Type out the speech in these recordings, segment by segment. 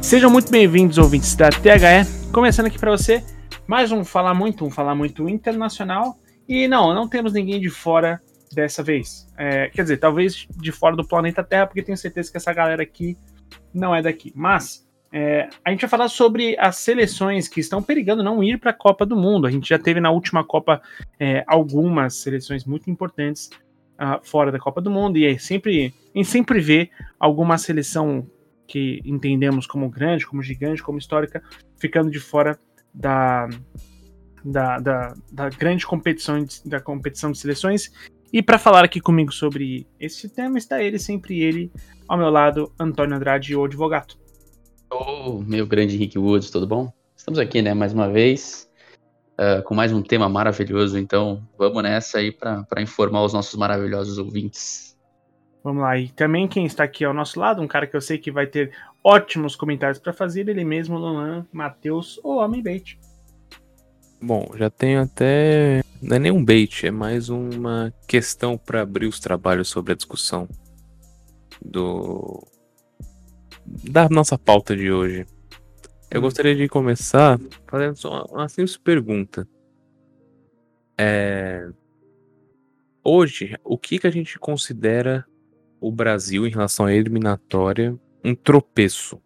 Sejam muito bem-vindos, ouvintes da THE. Começando aqui para você, mais um Falar Muito internacional. E não temos ninguém de fora dessa vez. Quer dizer, talvez de fora do planeta Terra, porque tenho certeza que essa galera aqui não é daqui. Mas a gente vai falar sobre as seleções que estão perigando não ir para a Copa do Mundo. A gente já teve na última Copa algumas seleções muito importantes fora da Copa do Mundo. E a gente sempre vê alguma seleção que entendemos como grande, como gigante, como histórica, ficando de fora da grande competição de seleções. E para falar aqui comigo sobre esse tema está sempre ele, ao meu lado, Antônio Andrade, o advogado. Meu grande Henrique Woods, tudo bom? Estamos aqui, mais uma vez, com mais um tema maravilhoso, então vamos nessa aí para informar os nossos maravilhosos ouvintes. Vamos lá, e também quem está aqui ao nosso lado, um cara que eu sei que vai ter ótimos comentários para fazer, ele mesmo, Luan Matheus, o Homem Bait. Bom, já tenho até... Não é nem um bait, é mais uma questão para abrir os trabalhos sobre a discussão da nossa pauta de hoje. Eu gostaria de começar fazendo só uma simples pergunta. Hoje, o que a gente considera o Brasil em relação à eliminatória um tropeço?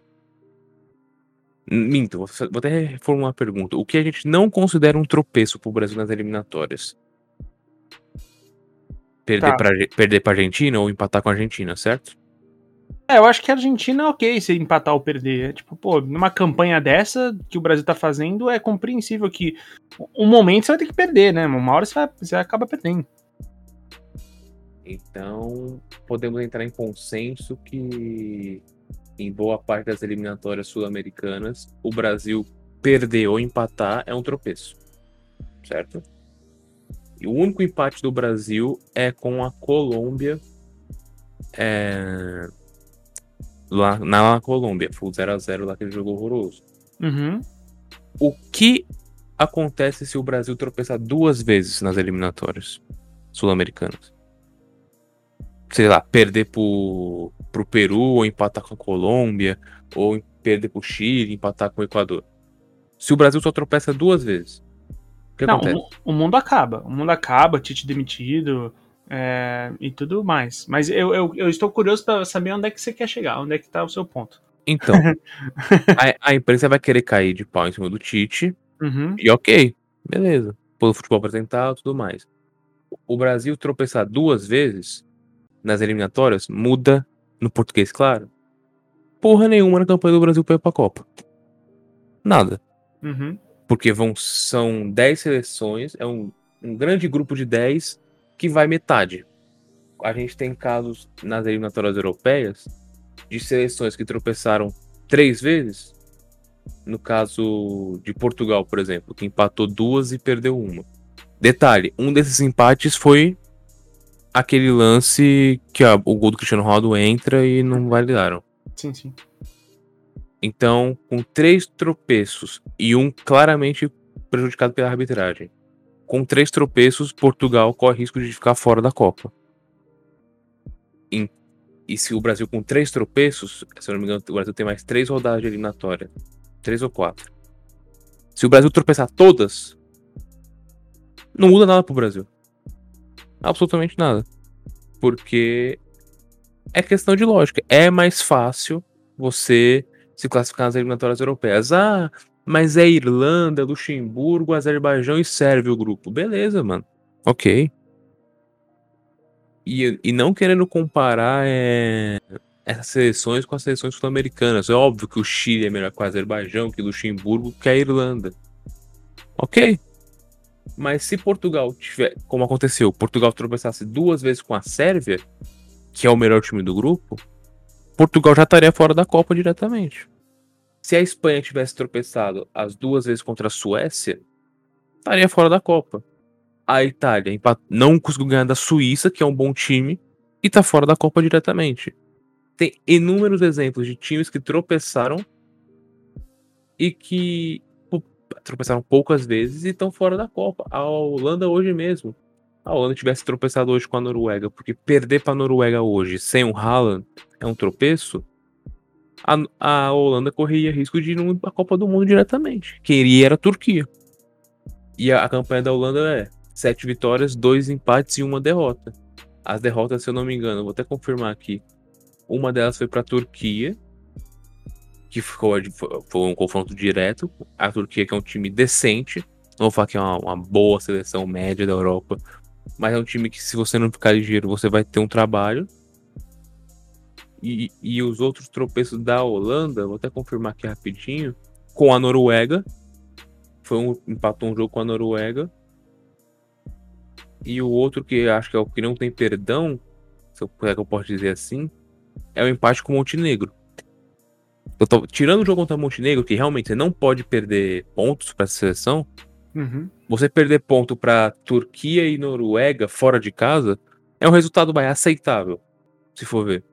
Minto, vou até reformular a pergunta. O que a gente não considera um tropeço pro Brasil nas eliminatórias? Perder pra Argentina ou empatar com a Argentina, certo? Eu acho que a Argentina é ok se empatar ou perder. Numa campanha dessa que o Brasil tá fazendo, é compreensível que um momento você vai ter que perder, né? Uma hora você acaba perdendo. Então, podemos entrar em consenso que em boa parte das eliminatórias sul-americanas, o Brasil perder ou empatar é um tropeço, certo? E o único empate do Brasil é com a Colômbia, lá na Colômbia. Foi o 0x0 lá que ele jogou horroroso. Uhum. O que acontece se o Brasil tropeçar 2 vezes nas eliminatórias sul-americanas? Sei lá, perder pro Peru, ou empatar com a Colômbia, ou perder pro Chile, empatar com o Equador. Se o Brasil só tropeça 2 vezes, o que acontece? O mundo acaba, Tite demitido e tudo mais. Mas eu estou curioso para saber onde é que você quer chegar, onde é que tá o seu ponto. Então, a imprensa vai querer cair de pau em cima do Tite, Uhum. e ok, beleza. Pelo futebol apresentado e tudo mais. O Brasil tropeçar 2 vezes nas eliminatórias muda, no português, claro, porra nenhuma na campanha do Brasil pra ir pra Copa. Nada. Uhum. Porque são 10 seleções, é um grande grupo de 10 que vai metade. A gente tem casos nas eliminatórias europeias de seleções que tropeçaram 3 vezes. No caso de Portugal, por exemplo, que empatou 2 e perdeu 1. Detalhe, um desses empates foi aquele lance que o gol do Cristiano Ronaldo entra e não validaram. Sim. Então, com 3 tropeços e um claramente prejudicado pela arbitragem, com 3 tropeços, Portugal corre risco de ficar fora da Copa. E se o Brasil com 3 tropeços, se eu não me engano, o Brasil tem mais 3 rodadas de eliminatória. 3 ou 4. Se o Brasil tropeçar todas, não muda nada pro Brasil. Absolutamente nada. Porque é questão de lógica. É mais fácil você se classificar nas eliminatórias europeias. Mas é Irlanda, Luxemburgo, Azerbaijão e Sérvia o grupo. Beleza, mano. Ok. E não querendo comparar essas seleções com as seleções sul-americanas. É óbvio que o Chile é melhor que o Azerbaijão, que Luxemburgo, que a Irlanda. Ok. Mas se Portugal tiver, como aconteceu, Portugal tropeçasse 2 vezes com a Sérvia, que é o melhor time do grupo, Portugal já estaria fora da Copa diretamente. Se a Espanha tivesse tropeçado as 2 vezes contra a Suécia, estaria fora da Copa. A Itália não conseguiu ganhar da Suíça, que é um bom time, e tá fora da Copa diretamente. Tem inúmeros exemplos de times que tropeçaram e que tropeçaram poucas vezes e estão fora da Copa. A Holanda hoje mesmo. A Holanda tivesse tropeçado hoje com a Noruega, porque perder pra Noruega hoje sem o Haaland é um tropeço. a Holanda corria risco de ir à Copa do Mundo diretamente. Quem iria era a Turquia. E a campanha da Holanda é 7 vitórias, 2 empates e 1 derrota. As derrotas, se eu não me engano, vou até confirmar aqui. Uma delas foi para a Turquia, que foi um confronto direto. A Turquia, que é um time decente, não vou falar que é uma boa seleção média da Europa, mas é um time que, se você não ficar ligeiro, você vai ter um trabalho. E os outros tropeços da Holanda, vou até confirmar aqui rapidinho, com a Noruega. Empatou um jogo com a Noruega. E o outro, que acho que é o que não tem perdão, se eu posso dizer assim, é o empate com o Montenegro. Tirando o jogo contra o Montenegro, que realmente você não pode perder pontos para essa seleção, você perder ponto para Turquia e Noruega fora de casa é um resultado mais aceitável, se for ver.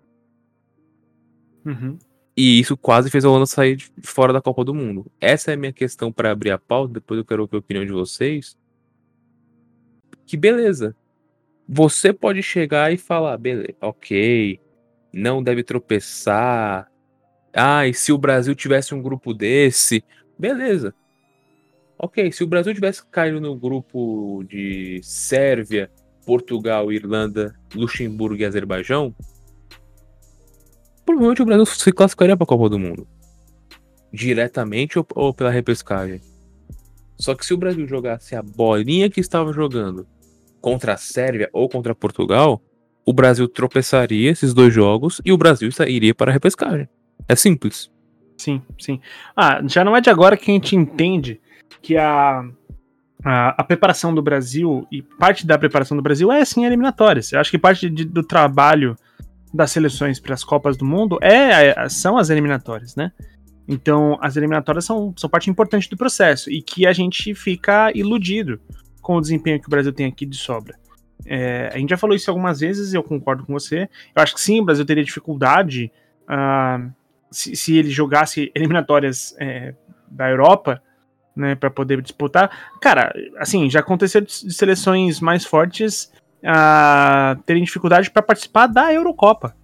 E isso quase fez a Holanda sair de fora da Copa do Mundo. Essa é a minha questão para abrir a pauta, depois eu quero ouvir a opinião de vocês. Que beleza. Você pode chegar e falar, beleza, ok, não deve tropeçar. E se o Brasil tivesse um grupo desse, beleza. Ok, se o Brasil tivesse caído no grupo de Sérvia, Portugal, Irlanda, Luxemburgo e Azerbaijão, provavelmente o Brasil se classificaria para a Copa do Mundo. Diretamente ou pela repescagem. Só que se o Brasil jogasse a bolinha que estava jogando contra a Sérvia ou contra Portugal, o Brasil tropeçaria esses 2 jogos e o Brasil iria para a repescagem. É simples. Sim. Já não é de agora que a gente entende que a preparação do Brasil, e parte da preparação do Brasil é sim eliminatórias. Eu acho que parte do trabalho das seleções para as Copas do Mundo são as eliminatórias, né? Então, as eliminatórias são parte importante do processo e que a gente fica iludido com o desempenho que o Brasil tem aqui de sobra. A gente já falou isso algumas vezes e eu concordo com você. Eu acho que sim, o Brasil teria dificuldade se ele jogasse eliminatórias da Europa, né, para poder disputar. Cara, assim, já aconteceu de seleções mais fortes terem dificuldade para participar da Eurocopa,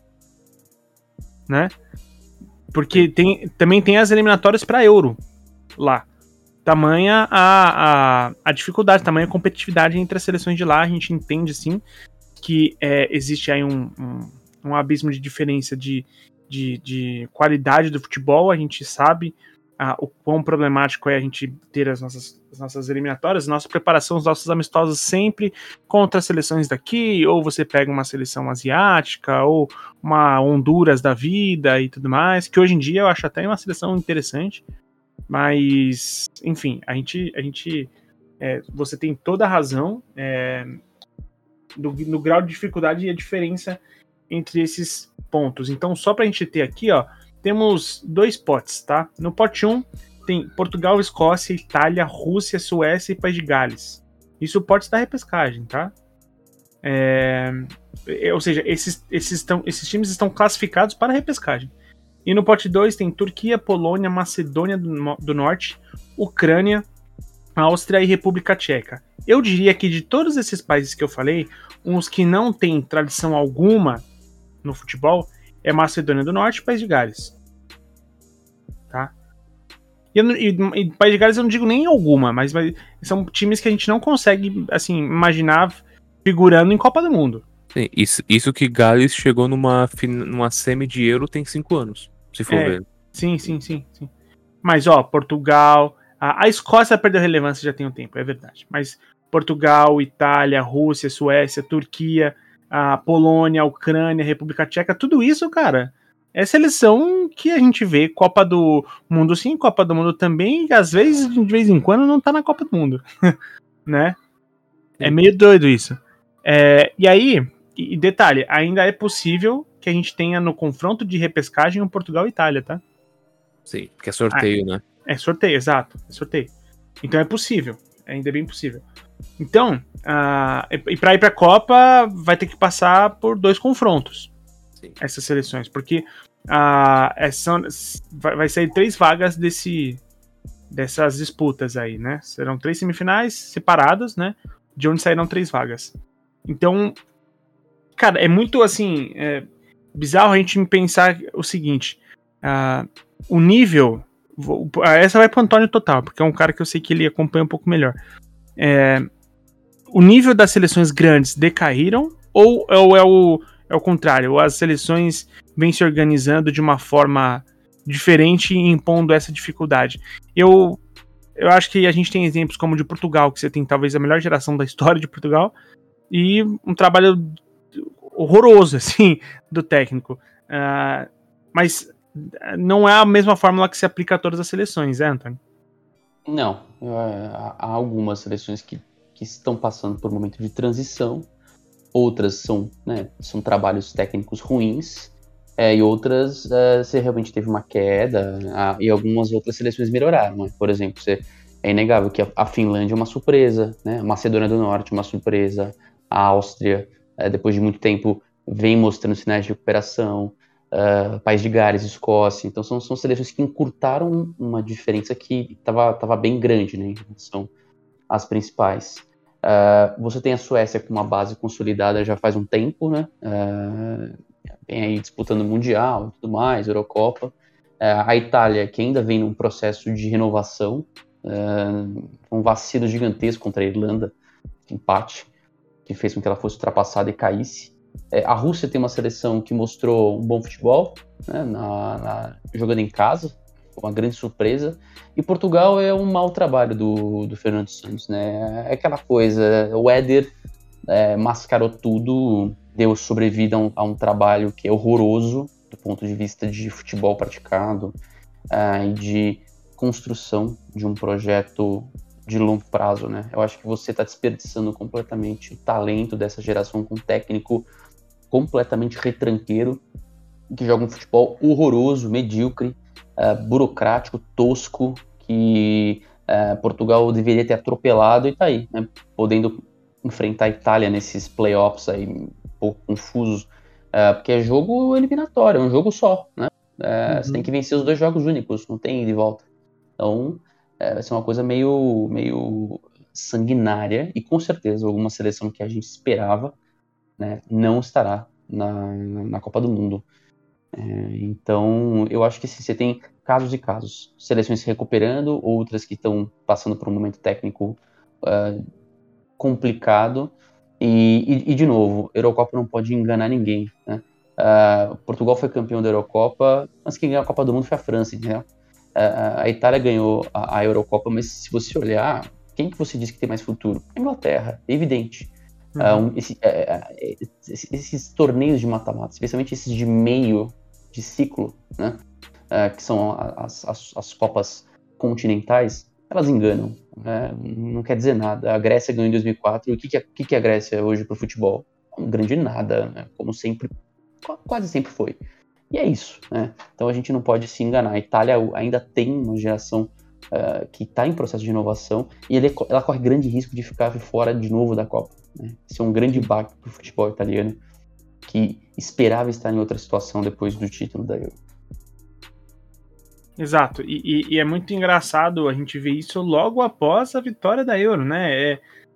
né? Porque também tem as eliminatórias para Euro lá. Tamanha a dificuldade, tamanha a competitividade entre as seleções de lá. A gente entende, sim, que existe aí um abismo de diferença de qualidade do futebol. A gente sabe o quão problemático é a gente ter as nossas eliminatórias, nossa preparação, os nossos amistosos sempre contra as seleções daqui, ou você pega uma seleção asiática, ou uma Honduras da vida e tudo mais, que hoje em dia eu acho até uma seleção interessante, mas, enfim, você tem toda a razão no grau de dificuldade e a diferença entre esses pontos. Então, só pra gente ter aqui, ó, temos 2 potes, tá? No pote 1 tem Portugal, Escócia, Itália, Rússia, Suécia e País de Gales. Isso potes da repescagem, tá? Ou seja, esses times estão classificados para a repescagem. E no pote 2 tem Turquia, Polônia, Macedônia do Norte, Ucrânia, Áustria e República Tcheca. Eu diria que de todos esses países que eu falei, uns que não têm tradição alguma no futebol é Macedônia do Norte e País de Gales. Tá? E País de Gales eu não digo nem alguma, mas são times que a gente não consegue, assim, imaginar figurando em Copa do Mundo. Sim, isso que Gales chegou numa semi de Euro tem 5 anos, se for ver. Sim. Mas, ó, Portugal... A Escócia perdeu relevância já tem um tempo, é verdade. Mas Portugal, Itália, Rússia, Suécia, Turquia, a Polônia, a Ucrânia, a República Tcheca, tudo isso, cara, é seleção que a gente vê Copa do Mundo sim, Copa do Mundo também, e às vezes, de vez em quando, não tá na Copa do Mundo, né? É meio doido isso. E aí, e detalhe, ainda é possível que a gente tenha no confronto de repescagem um Portugal e Itália, tá? Sim, porque é sorteio, né? É sorteio, exato, é sorteio. Então é possível, ainda é bem possível. Então, e para ir para a Copa, vai ter que passar por 2 confrontos. Sim. Essas seleções, porque vai sair 3 vagas dessas disputas aí, né? Serão 3 semifinais separadas, né? De onde sairão 3 vagas. Então, cara, é muito assim bizarro a gente pensar o seguinte: o nível... Essa vai pro Antônio total, porque é um cara que eu sei que ele acompanha um pouco melhor. O nível das seleções grandes decaíram ou é o contrário? Ou as seleções vêm se organizando de uma forma diferente e impondo essa dificuldade? Eu acho que a gente tem exemplos como o de Portugal, que você tem talvez a melhor geração da história de Portugal, e um trabalho horroroso, assim, do técnico. Mas não é a mesma fórmula que se aplica a todas as seleções, Antônio? Não. Há algumas seleções que estão passando por um momento de transição, outras são trabalhos técnicos ruins, e outras você realmente teve uma queda, e algumas outras seleções melhoraram. Né? Por exemplo, é inegável que a Finlândia é uma surpresa, né? A Macedônia do Norte é uma surpresa, a Áustria, depois de muito tempo, vem mostrando sinais de recuperação, País de Gales, Escócia. Então são seleções que encurtaram uma diferença que estava bem grande, né, em relação às principais. Você tem a Suécia com uma base consolidada já faz um tempo, né? Vem aí disputando o Mundial e tudo mais, Eurocopa. A Itália, que ainda vem num processo de renovação, um vacilo gigantesco contra a Irlanda, empate, que fez com que ela fosse ultrapassada e caísse. A Rússia tem uma seleção que mostrou um bom futebol, né, jogando em casa, uma grande surpresa. E Portugal é um mau trabalho do Fernando Santos, né? É aquela coisa, o Éder mascarou tudo, deu sobrevida a um trabalho que é horroroso do ponto de vista de futebol praticado e de construção de um projeto de longo prazo, né? Eu acho que você está desperdiçando completamente o talento dessa geração com um técnico completamente retranqueiro, que joga um futebol horroroso, medíocre, burocrático, tosco, que Portugal deveria ter atropelado e tá aí, né? Podendo enfrentar a Itália nesses playoffs aí um pouco confusos, porque é jogo eliminatório, é um jogo só, né? Você tem que vencer os 2 jogos únicos, não tem ida e volta. Então, vai ser uma coisa meio sanguinária, e com certeza alguma seleção que a gente esperava, né, não estará na Copa do Mundo. Então, eu acho que assim, você tem casos e casos. Seleções se recuperando, outras que estão passando por um momento técnico complicado. E, de novo, a Eurocopa não pode enganar ninguém. Né? Portugal foi campeão da Eurocopa, mas quem ganhou a Copa do Mundo foi a França, entendeu? A Itália ganhou a Eurocopa, mas se você olhar, quem que você diz que tem mais futuro? A Inglaterra, é evidente. Esses torneios de mata-mata, especialmente esses de meio de ciclo, né, que são as Copas continentais, elas enganam, né, não quer dizer nada. A Grécia ganhou em 2004, e o que é a Grécia hoje para o futebol? Um grande nada, né, como sempre, quase sempre foi. E é isso, né? Então a gente não pode se enganar. A Itália ainda tem uma geração que está em processo de inovação, e ela corre grande risco de ficar fora de novo da Copa. Né? Isso é um grande baque para o futebol italiano, que esperava estar em outra situação depois do título da Euro. Exato, e é muito engraçado a gente ver isso logo após a vitória da Euro, né?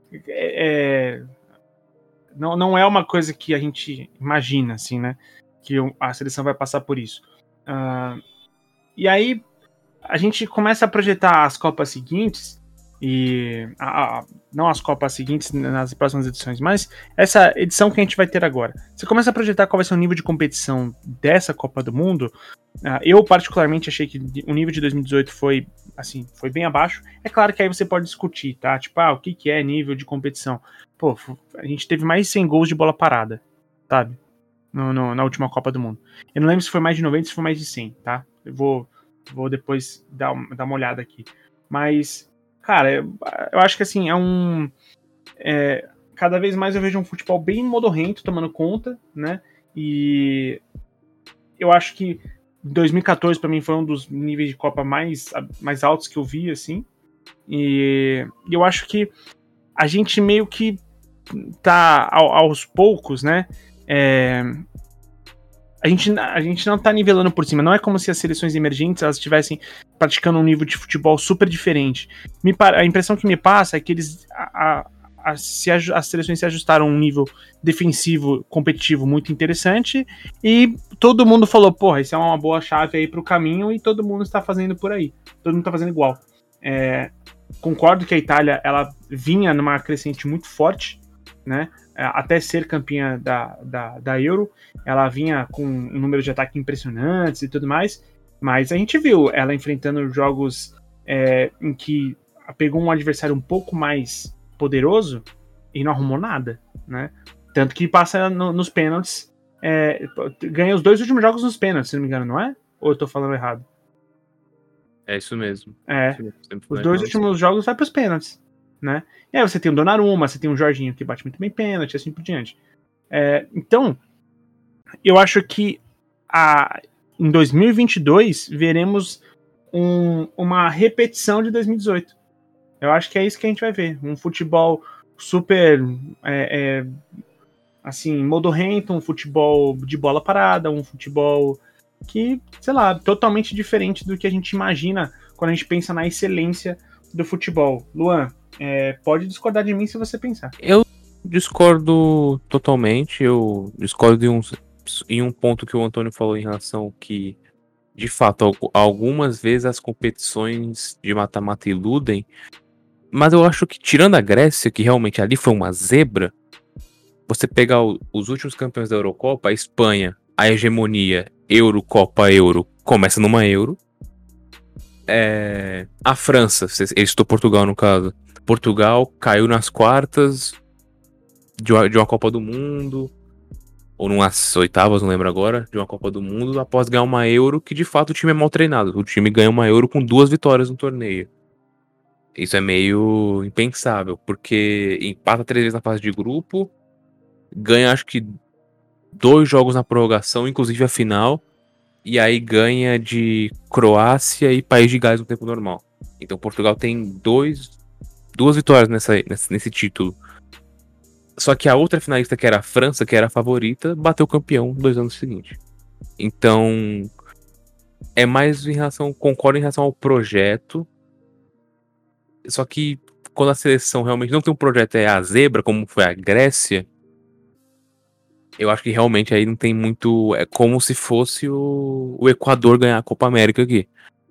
Não é uma coisa que a gente imagina, assim, né? Que a seleção vai passar por isso. E aí a gente começa a projetar as Copas seguintes, e não as Copas seguintes nas próximas edições, mas essa edição que a gente vai ter agora. Você começa a projetar qual vai ser o nível de competição dessa Copa do Mundo. Eu particularmente achei que o nível de 2018 foi bem abaixo. É claro que aí você pode discutir, tá? Tipo, o que é nível de competição? Pô, a gente teve mais de 100 gols de bola parada, sabe? Na última Copa do Mundo. Eu não lembro se foi mais de 90 ou se foi mais de 100, tá? Eu vou depois dar uma olhada aqui. Mas, cara, eu acho que assim, cada vez mais eu vejo um futebol bem modorrento tomando conta, né? E eu acho que 2014 pra mim foi um dos níveis de Copa mais altos que eu vi, assim. E eu acho que a gente meio que tá aos poucos, né? A gente não tá nivelando por cima. Não é como se as seleções emergentes elas estivessem praticando um nível de futebol super diferente. A impressão que me passa é que as seleções se ajustaram a um nível defensivo competitivo muito interessante e todo mundo falou, porra, isso é uma boa chave aí pro caminho e todo mundo está fazendo por aí. Todo mundo está fazendo igual. Concordo que a Itália, ela vinha numa crescente muito forte, né? Até ser campeã da Euro, ela vinha com um número de ataque impressionantes e tudo mais, mas a gente viu ela enfrentando jogos em que pegou um adversário um pouco mais poderoso e não arrumou nada, né? Tanto que passa nos pênaltis, ganha os 2 últimos jogos nos pênaltis, se não me engano, não é? Ou eu tô falando errado? É isso mesmo. Os 2 últimos jogos vai pros pênaltis, né? E aí você tem o Donnarumma, você tem o Jorginho que bate muito bem pênalti, assim por diante. Então, eu acho que em 2022 veremos uma repetição de 2018. Eu acho que é isso que a gente vai ver. Um futebol super assim, modorrento, um futebol de bola parada, um futebol que, sei lá, totalmente diferente do que a gente imagina quando a gente pensa na excelência do futebol. Luan, pode discordar de mim se você pensar. Eu discordo totalmente. Eu discordo em um ponto que o Antônio falou em relação que, de fato, algumas vezes as competições de mata-mata iludem, mas eu acho que, tirando a Grécia, que realmente ali foi uma zebra, você pegar os últimos campeões da Eurocopa, a Espanha, a hegemonia Eurocopa Euro, começa numa Euro. A França, eu estou Portugal no caso. Portugal caiu nas quartas de uma Copa do Mundo, ou nas oitavas, não lembro agora, de uma Copa do Mundo, após ganhar uma Euro, que de fato o time é mal treinado. O time ganha uma Euro com 2 vitórias no torneio. Isso é meio impensável, porque empata 3 vezes na fase de grupo, ganha acho que 2 jogos na prorrogação, inclusive a final, e aí ganha de Croácia e País de Gales no tempo normal. Então Portugal tem 2 vitórias nesse título. Só que a outra finalista, que era a França, que era a favorita, bateu campeão 2 anos seguintes. Então, concordo em relação ao projeto. Só que quando a seleção realmente não tem um projeto, a zebra, como foi a Grécia, eu acho que realmente aí não tem muito. É como se fosse o Equador ganhar a Copa América aqui.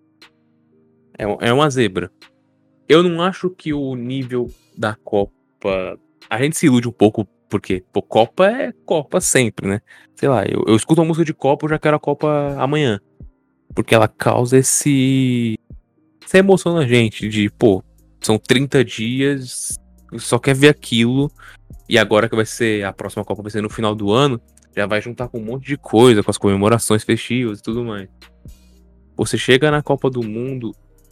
É uma zebra. Eu não acho que o nível da Copa. A gente se ilude um pouco, porque Copa é Copa sempre, né? Sei lá, eu escuto uma música de Copa, eu já quero a Copa amanhã. Porque ela causa essa emoção na gente, de, são 30 dias, só quer ver aquilo. E agora que a próxima Copa vai ser no final do ano, já vai juntar com um monte de coisa, com as comemorações festivas e tudo mais. Você chega na Copa do Mundo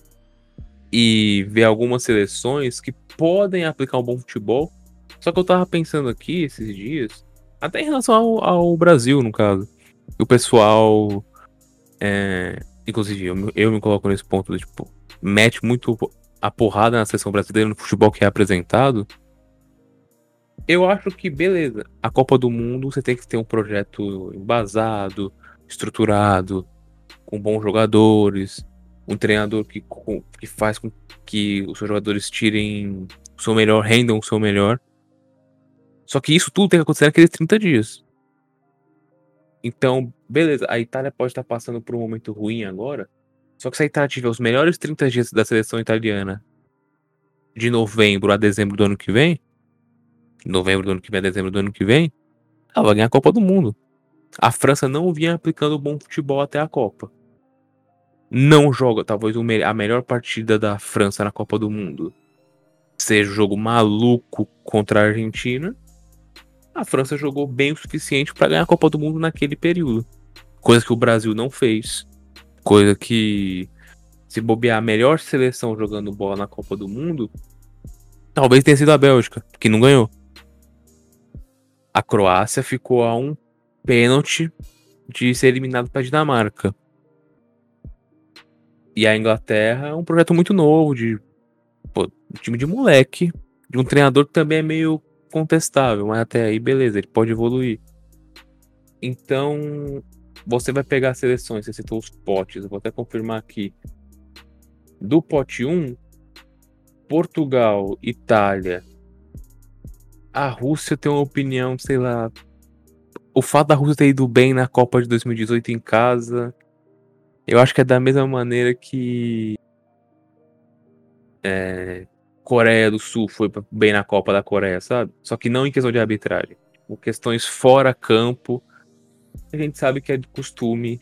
e vê algumas seleções que podem aplicar um bom futebol. Só que eu tava pensando aqui esses dias, até em relação ao Brasil, no caso. O pessoal, inclusive eu me coloco nesse ponto, mete muito a porrada na seleção brasileira no futebol que é apresentado. Eu acho que, beleza, a Copa do Mundo você tem que ter um projeto embasado, estruturado, com bons jogadores, um treinador que faz com que os seus jogadores tirem o seu melhor, rendam o seu melhor. Só que isso tudo tem que acontecer naqueles 30 dias. Então, beleza, a Itália pode estar passando por um momento ruim agora, só que se a Itália tiver os melhores 30 dias da seleção italiana de novembro a dezembro do ano que vem, dezembro do ano que vem, ela vai ganhar a Copa do Mundo. A França não vinha aplicando bom futebol até a Copa. Não joga, talvez a melhor partida da França na Copa do Mundo seja um jogo maluco contra a Argentina. A França jogou bem o suficiente para ganhar a Copa do Mundo naquele período. Coisa que o Brasil não fez. Coisa que, se bobear a melhor seleção jogando bola na Copa do Mundo, talvez tenha sido a Bélgica, que não ganhou. A Croácia ficou a um pênalti de ser eliminado para a Dinamarca. E a Inglaterra é um projeto muito novo, de um time de moleque, de um treinador que também é meio contestável, mas até aí, beleza, ele pode evoluir. Então, você vai pegar as seleções, você citou os potes, eu vou até confirmar aqui. Do pote 1, Portugal, Itália a Rússia tem uma opinião, sei lá. O fato da Rússia ter ido bem na Copa de 2018 em casa, eu acho que é da mesma maneira que Coreia do Sul foi bem na Copa da Coreia, sabe? Só que não em questão de arbitragem. Por questões fora campo, a gente sabe que é de costume.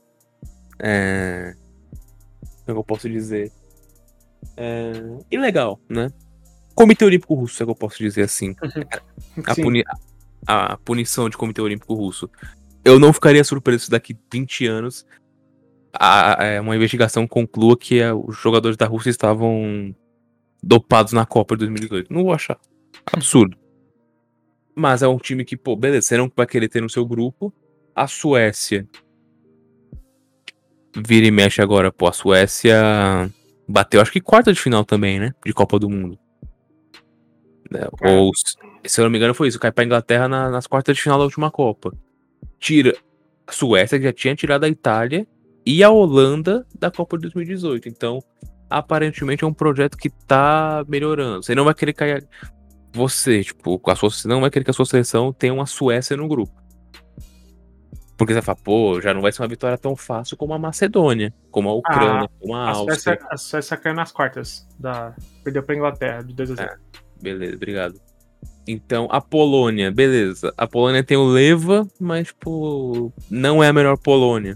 Como eu posso dizer? Ilegal, né? Comitê Olímpico Russo, é que eu posso dizer assim. A, Sim. puni- a punição de Comitê Olímpico Russo. Eu não ficaria surpreso se daqui 20 anos uma investigação conclua que os jogadores da Rússia estavam dopados na Copa de 2018. Não vou achar absurdo. Mas é um time que, pô, beleza, você não vai querer ter no seu grupo. A Suécia vira e mexe agora, pô. A Suécia bateu, acho que quarta de final também, né? De Copa do Mundo. Ou, se eu não me engano, foi isso. Cai pra Inglaterra nas quartas de final da última Copa. Tira a Suécia, que já tinha tirado a Itália, e a Holanda da Copa de 2018. Então, aparentemente é um projeto que tá melhorando. Você não vai querer cair. Você não vai querer que a sua seleção tenha uma Suécia no grupo. Porque você fala, pô, já não vai ser uma vitória tão fácil como a Macedônia, como a Ucrânia, como a Áustria. A Suécia caiu nas quartas. Perdeu pra Inglaterra, de 2-0. Beleza, obrigado. Então, a Polônia, beleza. A Polônia tem o Leva, mas, tipo, não é a melhor Polônia.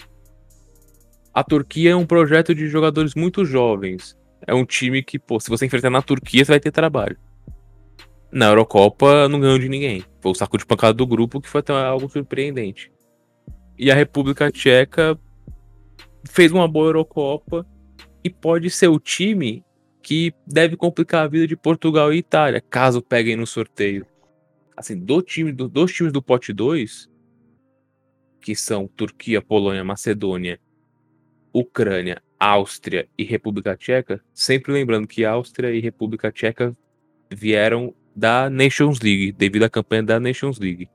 A Turquia é um projeto de jogadores muito jovens. É um time que, pô, se você enfrentar na Turquia, você vai ter trabalho. Na Eurocopa, não ganhou de ninguém. Foi o saco de pancada do grupo, que foi até algo surpreendente. E a República Tcheca fez uma boa Eurocopa e pode ser o time que deve complicar a vida de Portugal e Itália, caso peguem no sorteio. Assim, dos times do pote 2, que são Turquia, Polônia, Macedônia, Ucrânia, Áustria e República Tcheca, sempre lembrando que Áustria e República Tcheca vieram da Nations League, devido à campanha da Nations League.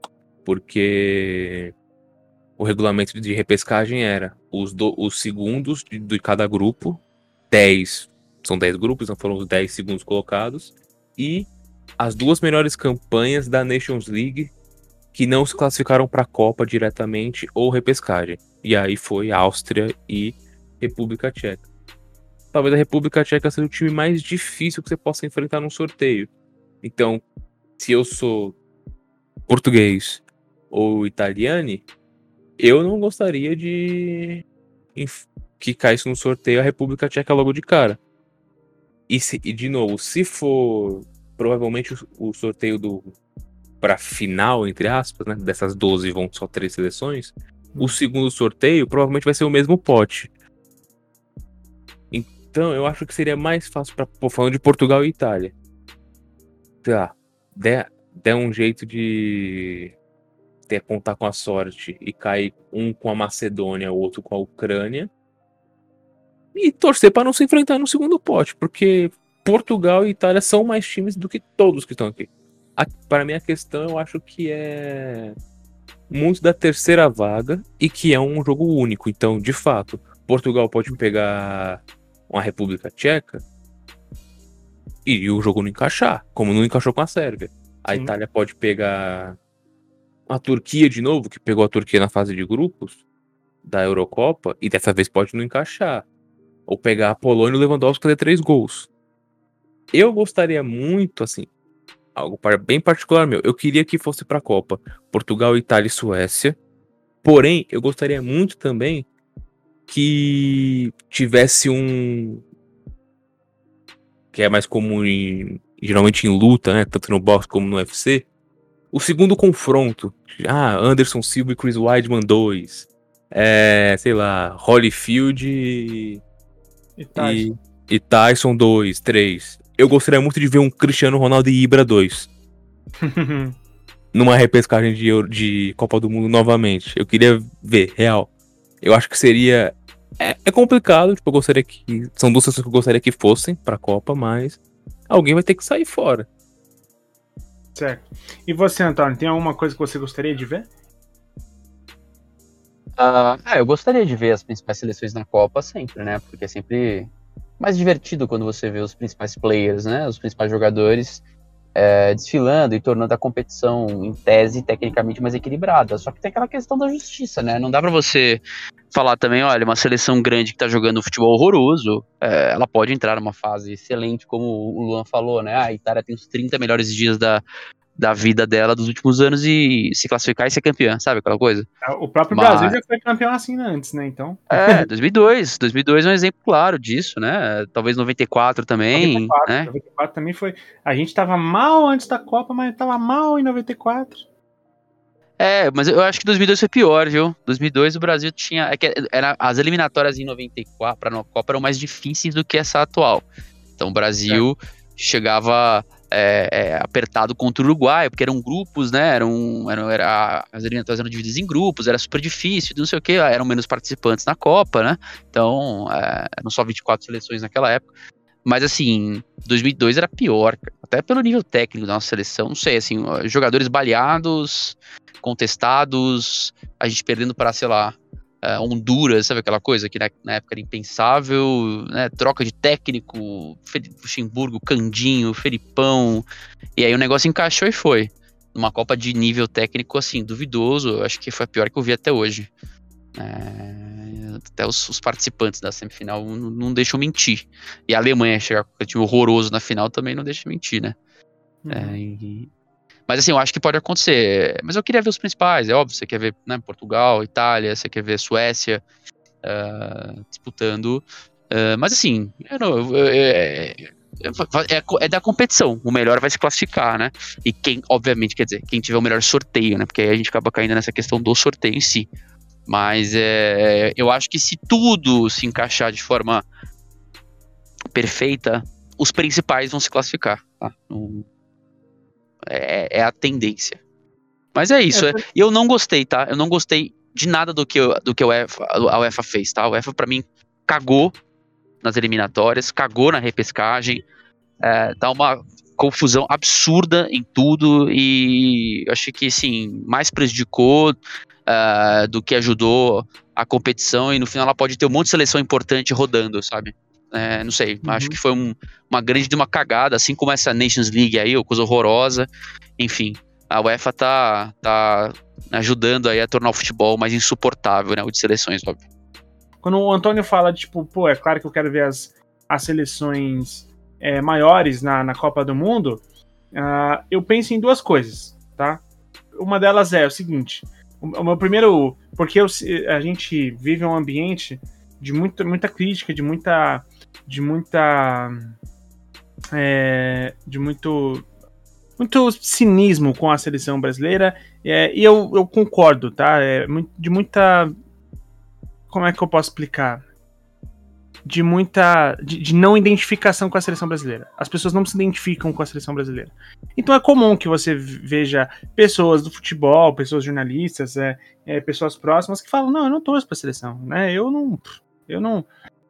Porque o regulamento de repescagem era os segundos de cada grupo, 10, são 10 grupos, então foram os 10 segundos colocados, e as duas melhores campanhas da Nations League que não se classificaram para a Copa diretamente ou repescagem. E aí foi Áustria e República Tcheca. Talvez a República Tcheca seja o time mais difícil que você possa enfrentar num sorteio. Então, se eu sou português ou italiano, eu não gostaria de que caísse no sorteio a República Tcheca logo de cara. E de novo, se for provavelmente o sorteio para final, entre aspas, né? Dessas 12 vão só 3 seleções. O segundo sorteio provavelmente vai ser o mesmo pote. Então eu acho que seria mais fácil falando de Portugal e Itália. Sei lá, der um jeito de contar com a sorte e cair um com a Macedônia, o outro com a Ucrânia. E torcer para não se enfrentar no segundo pote, porque Portugal e Itália são mais times do que todos que estão aqui. Para mim, a questão eu acho que é muito da terceira vaga e que é um jogo único. Então, de fato, Portugal pode pegar uma República Tcheca e o jogo não encaixar, como não encaixou com a Sérvia. A Sim. Itália pode pegar a Turquia de novo, que pegou a Turquia na fase de grupos da Eurocopa, e dessa vez pode não encaixar. Ou pegar a Polônia e o Lewandowski fazer 3 gols. Eu gostaria muito, assim, algo bem particular meu. Eu queria que fosse para a Copa Portugal, Itália e Suécia. Porém, eu gostaria muito também que tivesse que é mais comum geralmente em luta, né? Tanto no boxe como no UFC. O segundo confronto. Anderson Silva e Chris Weidman 2. Sei lá, Holyfield e Tyson 2, 3. Eu gostaria muito de ver um Cristiano Ronaldo e Ibra 2. Numa repescagem de Copa do Mundo novamente. Eu queria ver, real. Eu acho que seria... É complicado, tipo, eu gostaria que... São duas seleções que eu gostaria que fossem pra Copa, mas... Alguém vai ter que sair fora. Certo. E você, Antônio, tem alguma coisa que você gostaria de ver? Eu gostaria de ver as principais seleções na Copa sempre, né? Porque é sempre mais divertido quando você vê os principais players, né? Os principais jogadores desfilando e tornando a competição, em tese, tecnicamente mais equilibrada. Só que tem aquela questão da justiça, né? Não dá pra você falar também, olha, uma seleção grande que tá jogando futebol horroroso, ela pode entrar numa fase excelente, como o Luan falou, né? A Itália tem os 30 melhores dias da vida dela dos últimos anos e se classificar e ser campeã, sabe aquela coisa? O próprio Brasil já foi campeão assim antes, né? Então. 2002 é um exemplo claro disso, né? Talvez 94 também, 94, né? 94 também foi. A gente tava mal antes da Copa, mas tava mal em 94. Mas eu acho que 2002 foi pior, viu? 2002 o Brasil tinha. As eliminatórias em 94 para a Copa eram mais difíceis do que essa atual. Então o Brasil chegava apertado contra o Uruguai, porque eram grupos, né? As eliminatórias eram divididas em grupos, era super difícil, não sei o que, eram menos participantes na Copa, né? Então, eram só 24 seleções naquela época. Mas assim, 2002 era pior, cara. Até pelo nível técnico da nossa seleção, não sei, assim, jogadores baleados, contestados, a gente perdendo para, sei lá, Honduras, sabe aquela coisa que na época era impensável, né? Troca de técnico, Luxemburgo, Candinho, Felipão, e aí o negócio encaixou e foi. Numa Copa de nível técnico, assim, duvidoso, acho que foi a pior que eu vi até hoje. Até os participantes da semifinal não deixam mentir. E a Alemanha chegar com um time horroroso na final também não deixa mentir, né? Mas assim, eu acho que pode acontecer. Mas eu queria ver os principais, é óbvio. Você quer ver, né, Portugal, Itália, você quer ver Suécia disputando. Mas assim, é da competição. O melhor vai se classificar, né? E quem, obviamente, quer dizer, quem tiver o melhor sorteio, né? Porque aí a gente acaba caindo nessa questão do sorteio em si. Mas eu acho que se tudo se encaixar de forma perfeita, os principais vão se classificar, tá? É a tendência. Mas é isso. E eu não gostei, tá? Eu não gostei de nada do que a UEFA fez, tá? A UEFA, pra mim, cagou nas eliminatórias, cagou na repescagem, dá uma confusão absurda em tudo e eu achei que, assim, mais prejudicou do que ajudou a competição e no final ela pode ter um monte de seleção importante rodando, sabe? Não sei, acho que foi uma grande de uma cagada, assim como essa Nations League aí, coisa horrorosa. Enfim, a UEFA tá ajudando aí a tornar o futebol mais insuportável, né? O de seleções, óbvio. Quando o Antônio fala, tipo, é claro que eu quero ver as seleções maiores na Copa do Mundo, eu penso em duas coisas, tá? Uma delas é o seguinte, o meu primeiro... Porque a gente vive um ambiente de muita crítica, de muito cinismo com a seleção brasileira, e eu concordo, tá? De muita... Como é que eu posso explicar? De não identificação com a seleção brasileira. As pessoas não se identificam com a seleção brasileira. Então é comum que você veja pessoas do futebol, pessoas jornalistas, pessoas próximas que falam, não, eu não torço pra seleção, né? Eu não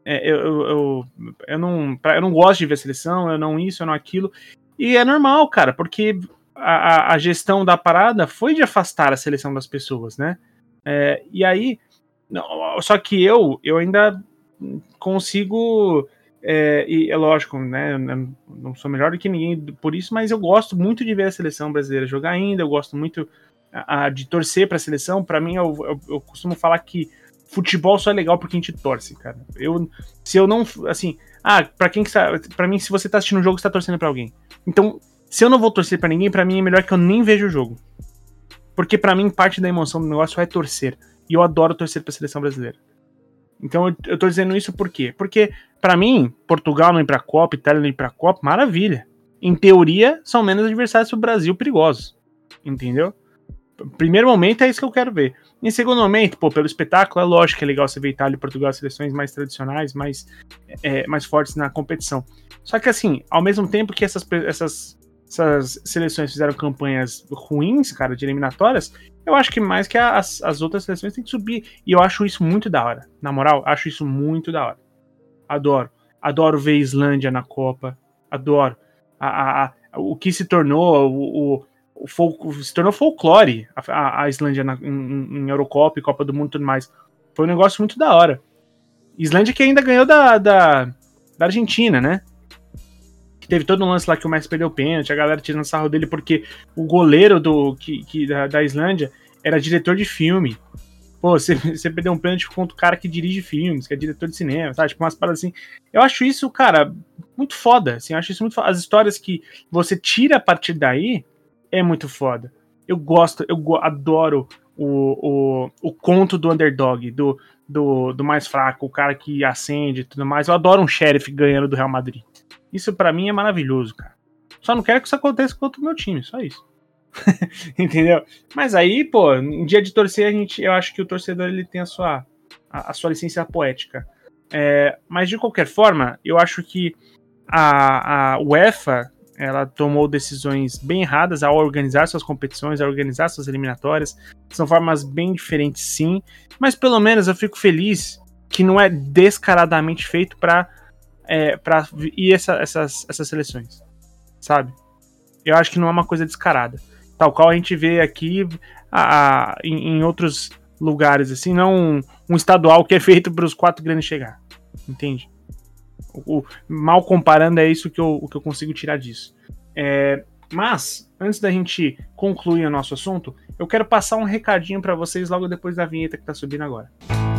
gosto de ver a seleção, eu não isso, eu não aquilo. E é normal, cara, porque a gestão da parada foi de afastar a seleção das pessoas, né? E aí, só que eu ainda consigo, e é lógico, né? Eu não sou melhor do que ninguém por isso, mas eu gosto muito de ver a seleção brasileira jogar ainda, eu gosto muito de torcer pra seleção. Pra mim, eu costumo falar que futebol só é legal porque a gente torce, cara. Se eu não, assim, pra mim, se você tá assistindo um jogo, você tá torcendo pra alguém. Então, se eu não vou torcer pra ninguém, pra mim é melhor que eu nem veja o jogo. Porque pra mim, parte da emoção do negócio é torcer. E eu adoro torcer pra seleção brasileira. Então, eu tô dizendo isso por quê? Porque, pra mim, Portugal não ir pra Copa, Itália não ir pra Copa, maravilha. Em teoria, são menos adversários pro Brasil perigosos. Entendeu? Primeiro momento é isso que eu quero ver. Em segundo momento, pelo espetáculo, é lógico que é legal você ver Itália e Portugal, seleções mais tradicionais, mais fortes na competição. Só que assim, ao mesmo tempo que essas seleções fizeram campanhas ruins, cara, de eliminatórias, eu acho que mais que as outras seleções têm que subir. E eu acho isso muito da hora. Na moral, acho isso muito da hora. Adoro. Adoro ver Islândia na Copa. Adoro. O que se tornou se tornou folclore a Islândia em Eurocopa e Copa do Mundo e tudo mais. Foi um negócio muito da hora. Islândia que ainda ganhou da Argentina, né? Teve todo um lance lá que o Messi perdeu o pênalti, a galera tirando sarro dele porque o goleiro da Islândia era diretor de filme. Pô, você perdeu um pênalti contra o cara que dirige filmes, que é diretor de cinema, sabe? Tipo, umas paradas assim. Eu acho isso, cara, muito foda. Assim, eu acho isso muito foda. As histórias que você tira a partir daí é muito foda. Eu adoro o conto do underdog, do mais fraco, o cara que acende e tudo mais. Eu adoro um sheriff ganhando do Real Madrid. Isso pra mim é maravilhoso, cara. Só não quero que isso aconteça contra o meu time, só isso. Entendeu? Mas aí, pô, em dia de torcer, eu acho que o torcedor ele tem a sua licença poética. Mas de qualquer forma, eu acho que a UEFA ela tomou decisões bem erradas ao organizar suas competições, ao organizar suas eliminatórias. São formas bem diferentes, sim. Mas pelo menos eu fico feliz que não é descaradamente feito para ir essas seleções, sabe? Eu acho que não é uma coisa descarada. Tal qual a gente vê aqui em outros lugares, assim, não um estadual que é feito para os 4 grandes chegar. Entende? Mal comparando, é isso que eu consigo tirar disso. Mas, antes da gente concluir o nosso assunto, eu quero passar um recadinho para vocês logo depois da vinheta que tá subindo agora.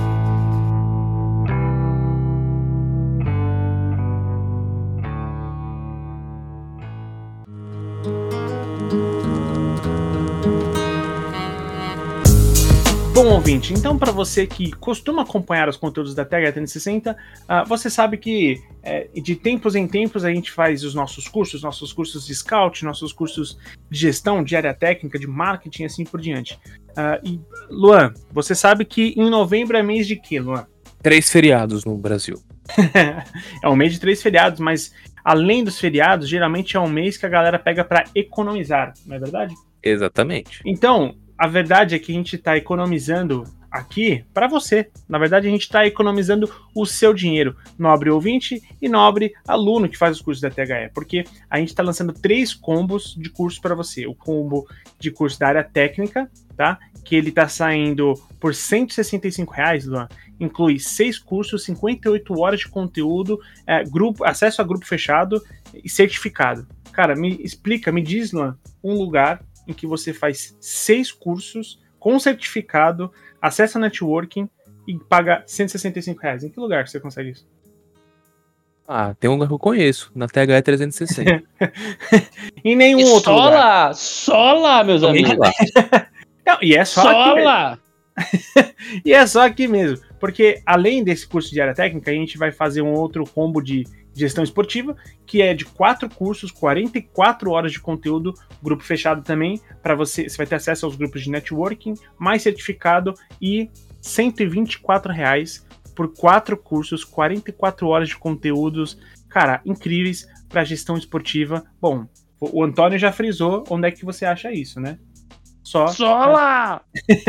Bom, ouvinte, então para você que costuma acompanhar os conteúdos da TH360, você sabe que de tempos em tempos a gente faz os nossos cursos de scout, nossos cursos de gestão, de área técnica, de marketing, assim por diante. E, Luan, você sabe que em novembro é mês de quê, Luan? 3 feriados no Brasil. É um mês de 3 feriados, mas além dos feriados, geralmente é um mês que a galera pega para economizar, não é verdade? Exatamente. Então, a verdade é que a gente está economizando aqui para você. Na verdade, a gente está economizando o seu dinheiro, nobre ouvinte e nobre aluno que faz os cursos da THE, porque a gente está lançando 3 combos de curso para você. O combo de curso da área técnica, tá? Que ele está saindo por R$165, Luan. Inclui 6 cursos, 58 horas de conteúdo, acesso a grupo fechado e certificado. Cara, me diz, Luan, um lugar em que você faz 6 cursos com certificado, acessa networking e paga R$165. Em que lugar você consegue isso? Tem um lugar que eu conheço, na THE 360. Em nenhum outro lugar. Só lá, meus amigos. Não, e é só aqui lá. E é só aqui mesmo. Porque além desse curso de área técnica, a gente vai fazer um outro combo de gestão esportiva, que é de 4 cursos, 44 horas de conteúdo, grupo fechado também, para você vai ter acesso aos grupos de networking, mais certificado e R$124 por 4 cursos, 44 horas de conteúdos, cara, incríveis para gestão esportiva. Bom, o Antônio já frisou onde é que você acha isso, né? Só lá!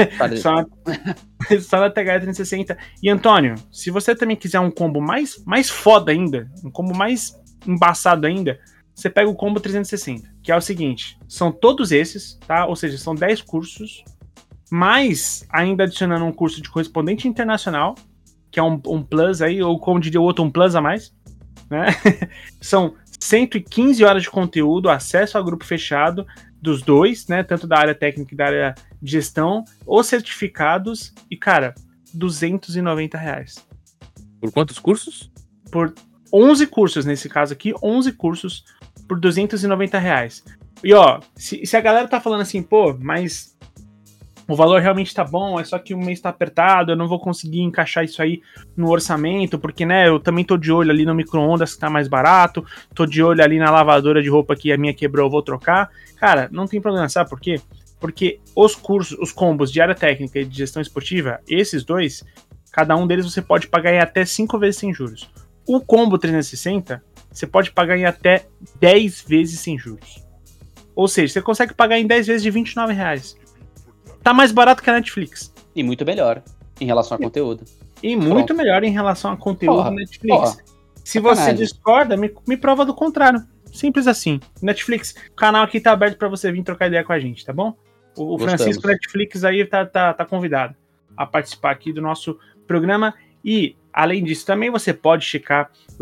só na THE 360. E Antônio, se você também quiser um combo mais foda ainda, um combo mais embaçado ainda, você pega o combo 360, que é o seguinte, são todos esses, tá? Ou seja, são 10 cursos, mais ainda adicionando um curso de correspondente internacional, que é um plus aí, ou como diria o outro, um plus a mais, né? São 115 horas de conteúdo, acesso ao grupo fechado, dos dois, né, tanto da área técnica e da área de gestão, os certificados e, cara, R$290. Por quantos cursos? Por 11 cursos, nesse caso aqui, 11 cursos por R$290. E, ó, se a galera tá falando assim, pô, mas o valor realmente tá bom, é só que o mês tá apertado, eu não vou conseguir encaixar isso aí no orçamento, porque, né, eu também tô de olho ali no micro-ondas que tá mais barato, tô de olho ali na lavadora de roupa que a minha quebrou, eu vou trocar. Cara, não tem problema, sabe por quê? Porque os cursos, os combos de área técnica e de gestão esportiva, esses dois, cada um deles você pode pagar em até 5 vezes sem juros. O combo 360, você pode pagar em até 10 vezes sem juros. Ou seja, você consegue pagar em 10 vezes de R$29. Tá mais barato que a Netflix. E muito melhor em relação a conteúdo. E muito melhor em relação a conteúdo da Netflix. Se você discorda, me prova do contrário. Simples assim. Netflix, o canal aqui tá aberto pra você vir trocar ideia com a gente, tá bom? O Francisco Netflix aí tá convidado a participar aqui do nosso programa. E, além disso, também você pode checar lá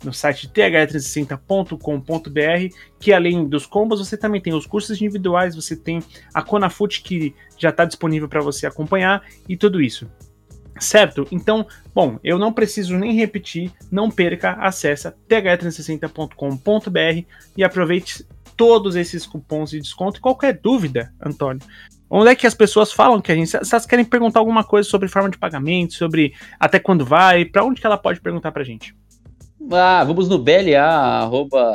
no site th360.com.br, que além dos combos, você também tem os cursos individuais, você tem a Conafut, que já está disponível para você acompanhar, e tudo isso. Certo? Então, bom, eu não preciso nem repetir, não perca, acessa th360.com.br e aproveite todos esses cupons de desconto. E qualquer dúvida, Antônio, onde é que as pessoas falam que a gente... Se elas querem perguntar alguma coisa sobre forma de pagamento, sobre até quando vai, para onde que ela pode perguntar pra gente? Vamos no BLA,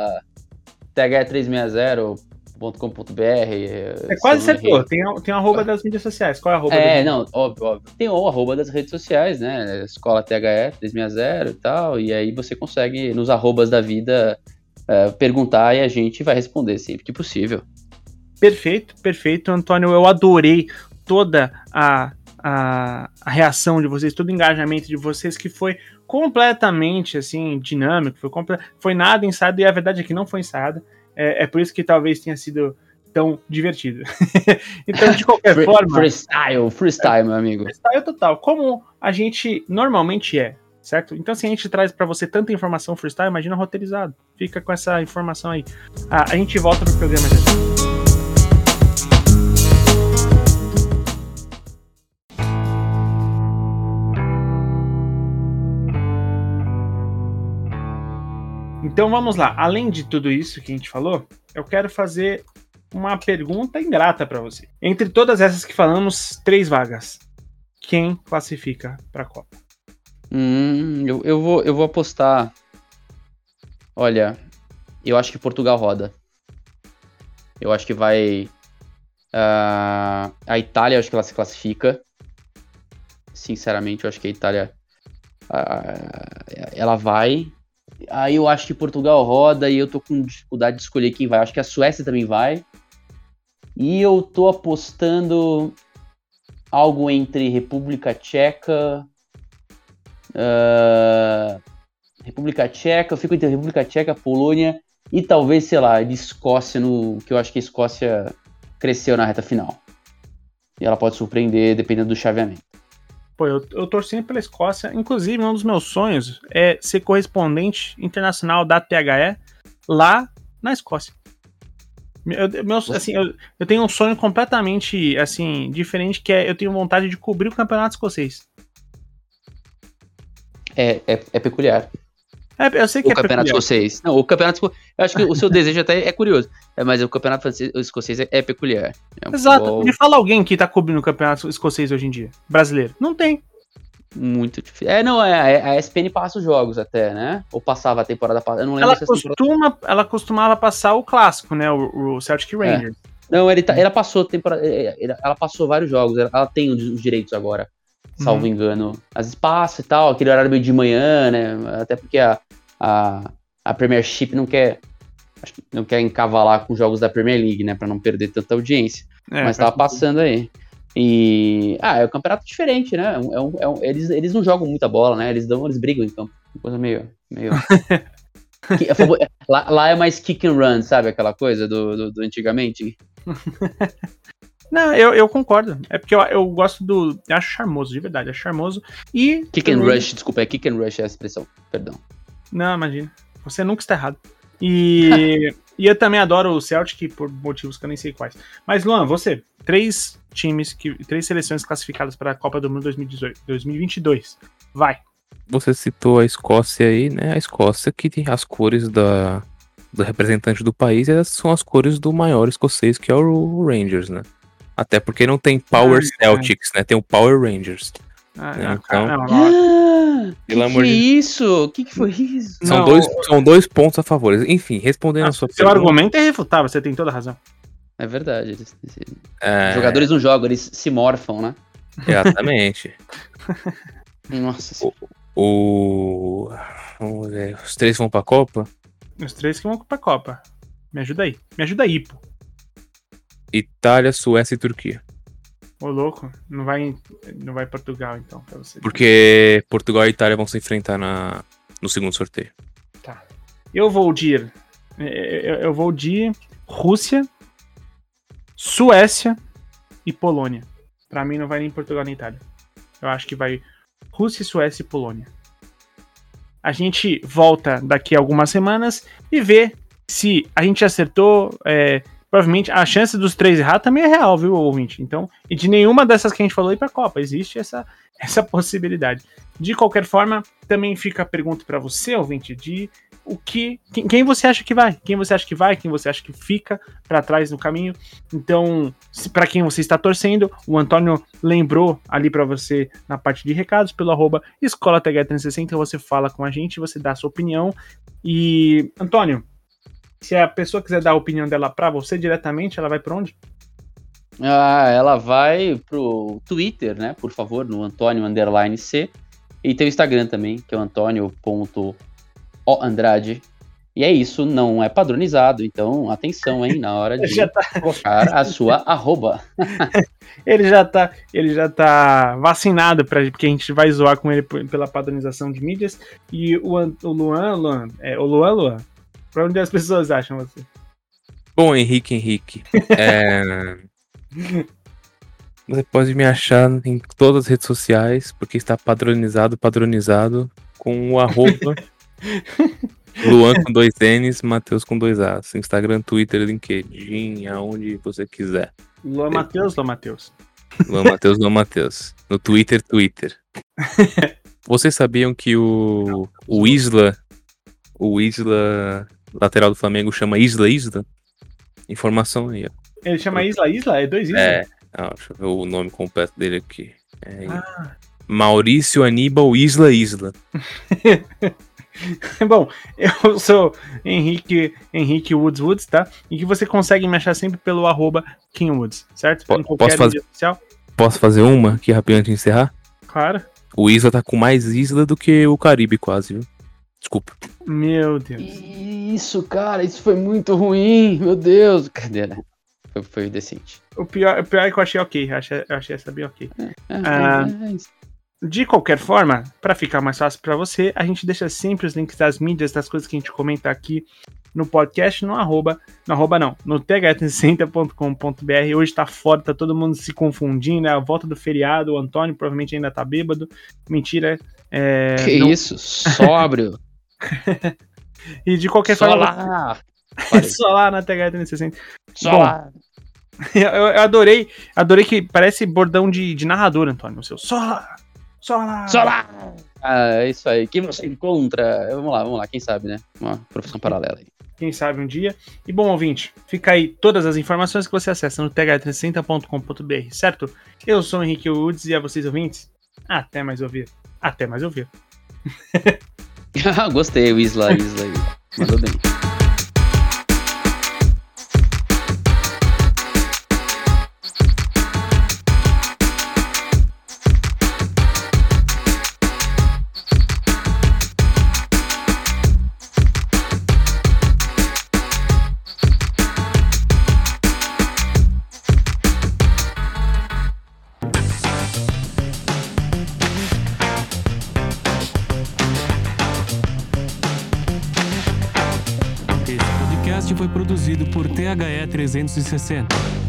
th360.com.br. Quase acertou. Tem o arroba das mídias sociais. Qual é o arroba? Óbvio. Tem o arroba das redes sociais, né? Escola THE 360 e tal. E aí você consegue, nos arrobas da vida, perguntar e a gente vai responder sempre que possível. Perfeito, Antônio. Eu adorei toda a reação de vocês, todo o engajamento de vocês, que foi completamente assim, dinâmico, foi nada ensaiado, e a verdade é que não foi ensaiado. É por isso que talvez tenha sido tão divertido. Então, de qualquer forma... Freestyle, meu amigo. Freestyle total, como a gente normalmente é, certo? Então, se a gente traz pra você tanta informação freestyle, imagina roteirizado. Fica com essa informação aí. A gente volta pro programa já. Então vamos lá, além de tudo isso que a gente falou, eu quero fazer uma pergunta ingrata para você. Entre todas essas que falamos, 3 vagas, quem classifica para a Copa? Eu vou apostar. Olha, eu acho que Portugal roda. Eu acho que vai... a Itália, eu acho que ela se classifica. Sinceramente, eu acho que a Itália... ela vai... Aí eu acho que Portugal roda e eu tô com dificuldade de escolher quem vai. Eu acho que a Suécia também vai. E eu tô apostando algo entre República Tcheca... República Tcheca, eu fico entre República Tcheca, Polônia e talvez, sei lá, de Escócia, que eu acho que a Escócia cresceu na reta final. E ela pode surpreender dependendo do chaveamento. Pô, eu torço sempre pela Escócia. Inclusive, um dos meus sonhos é ser correspondente internacional da THE lá na Escócia. Eu tenho um sonho completamente assim, diferente, que é eu tenho vontade de cobrir o campeonato escocês. É peculiar. Eu sei que o campeonato escocês. Não, o campeonato... Eu acho que o seu desejo até é curioso. Mas o campeonato escocês é peculiar. Exato. Futebol... Me fala alguém que tá cobrindo o campeonato escocês hoje em dia. Brasileiro. Não tem. Muito difícil. A ESPN passa os jogos até, né? Ou passava a temporada passada. Eu não lembro ela costumava passar o clássico, né? O Celtic Rangers. Não, ela passou temporada. Ela passou vários jogos. Ela tem os direitos agora. Salvo engano, às vezes passa e tal, aquele horário meio de manhã, né? Até porque a Premiership não quer encavalar com jogos da Premier League, né? Pra não perder tanta audiência. Mas tava passando aí. E. É um campeonato diferente, né? Eles não jogam muita bola, né? Eles brigam em campo. Uma coisa meio... lá é mais kick and run, sabe? Aquela coisa do antigamente. Não, eu concordo. É porque eu gosto do... Eu acho charmoso, de verdade. É charmoso. E... Kick and rush, desculpa. Kick and rush é a expressão. Perdão. Não, imagina. Você nunca está errado. E eu também adoro o Celtic por motivos que eu nem sei quais. Mas, Luan, você... 3 seleções classificadas para a Copa do Mundo 2022. Vai. Você citou a Escócia aí, né? A Escócia que tem as cores do representante do país, essas são as cores do maior escocês, que é o Rangers, né? Até porque não tem Power Celtics, né? Tem o Power Rangers. Isso? O que foi isso? São dois pontos a favor. Enfim, respondendo a sua pergunta... Seu argumento é refutável, você tem toda a razão. É verdade. Os jogadores não jogam, eles se morfam, né? Exatamente. Nossa. Vamos ver. Os 3 vão pra Copa? Os 3 que vão pra Copa. Me ajuda aí. Me ajuda aí, pô. Itália, Suécia e Turquia. Ô, louco. Não vai Portugal, então, pra você. Porque Portugal e Itália vão se enfrentar no segundo sorteio. Tá. Eu vou de Rússia, Suécia e Polônia. Pra mim não vai nem Portugal nem Itália. Eu acho que vai Rússia, Suécia e Polônia. A gente volta daqui a algumas semanas e vê se a gente acertou. Provavelmente a chance dos 3 errar também é real, viu, ouvinte? Então, e de nenhuma dessas que a gente falou ir pra Copa. Existe essa possibilidade. De qualquer forma, também fica a pergunta pra você, ouvinte, de quem você acha que vai? Quem você acha que vai? Quem você acha que fica pra trás no caminho? Então, pra quem você está torcendo, o Antônio lembrou ali pra você na parte de recados, pelo @EscolaTH360, você fala com a gente, você dá a sua opinião. E, Antônio, se a pessoa quiser dar a opinião dela pra você diretamente, ela vai pra onde? Ela vai pro Twitter, né? Por favor, no Antônio_C. E tem o Instagram também, que é o Antônio.oandrade. E é isso, não é padronizado, então atenção, hein, na hora de colocar a sua @. Ele já tá vacinado, porque a gente vai zoar com ele pela padronização de mídias. E o Luan, pra onde as pessoas acham você? Bom, Henrique. Você pode me achar em todas as redes sociais, porque está padronizado com o @Luan com 2 N's, Matheus com 2 A's. Instagram, Twitter, LinkedIn, aonde você quiser. Luan Matheus. Luan Matheus. No Twitter. Vocês sabiam que o Isla, lateral do Flamengo, chama Isla? Informação aí, ó. Ele chama Isla? É 2 Isla? Deixa eu ver o nome completo dele aqui. Maurício Aníbal Isla. Bom, eu sou Henrique Woods, tá? E que você consegue me achar sempre pelo @KingWoods, certo? Em qualquer mídia social. Posso fazer uma aqui rapidinho antes de encerrar? Claro. O Isla tá com mais Isla do que o Caribe, quase, viu? Desculpa. Meu Deus. Isso, cara, isso foi muito ruim. Meu Deus. Cadê, né? Foi decente. O pior é que eu achei ok. Eu achei essa bem ok. De qualquer forma, para ficar mais fácil para você, a gente deixa sempre os links das mídias, das coisas que a gente comenta aqui no podcast, no th360.com.br. Hoje tá foda, tá todo mundo se confundindo, é a volta do feriado, o Antônio provavelmente ainda tá bêbado. Mentira. Isso, sóbrio. E de qualquer Só forma... lá. Só lá na TH360. Só lá. Eu adorei que parece bordão de narrador, Antônio. O seu só lá. É isso aí. Quem você encontra? Vamos lá. Quem sabe, né? Uma profissão paralela aí. Quem sabe um dia. E bom, ouvinte, fica aí todas as informações que você acessa no th360.com.br, certo? Eu sou o Henrique Woods e a vocês, ouvintes, até mais ouvir. Gostei, o Isla aí. Mandou bem. Foi produzido por THE 360.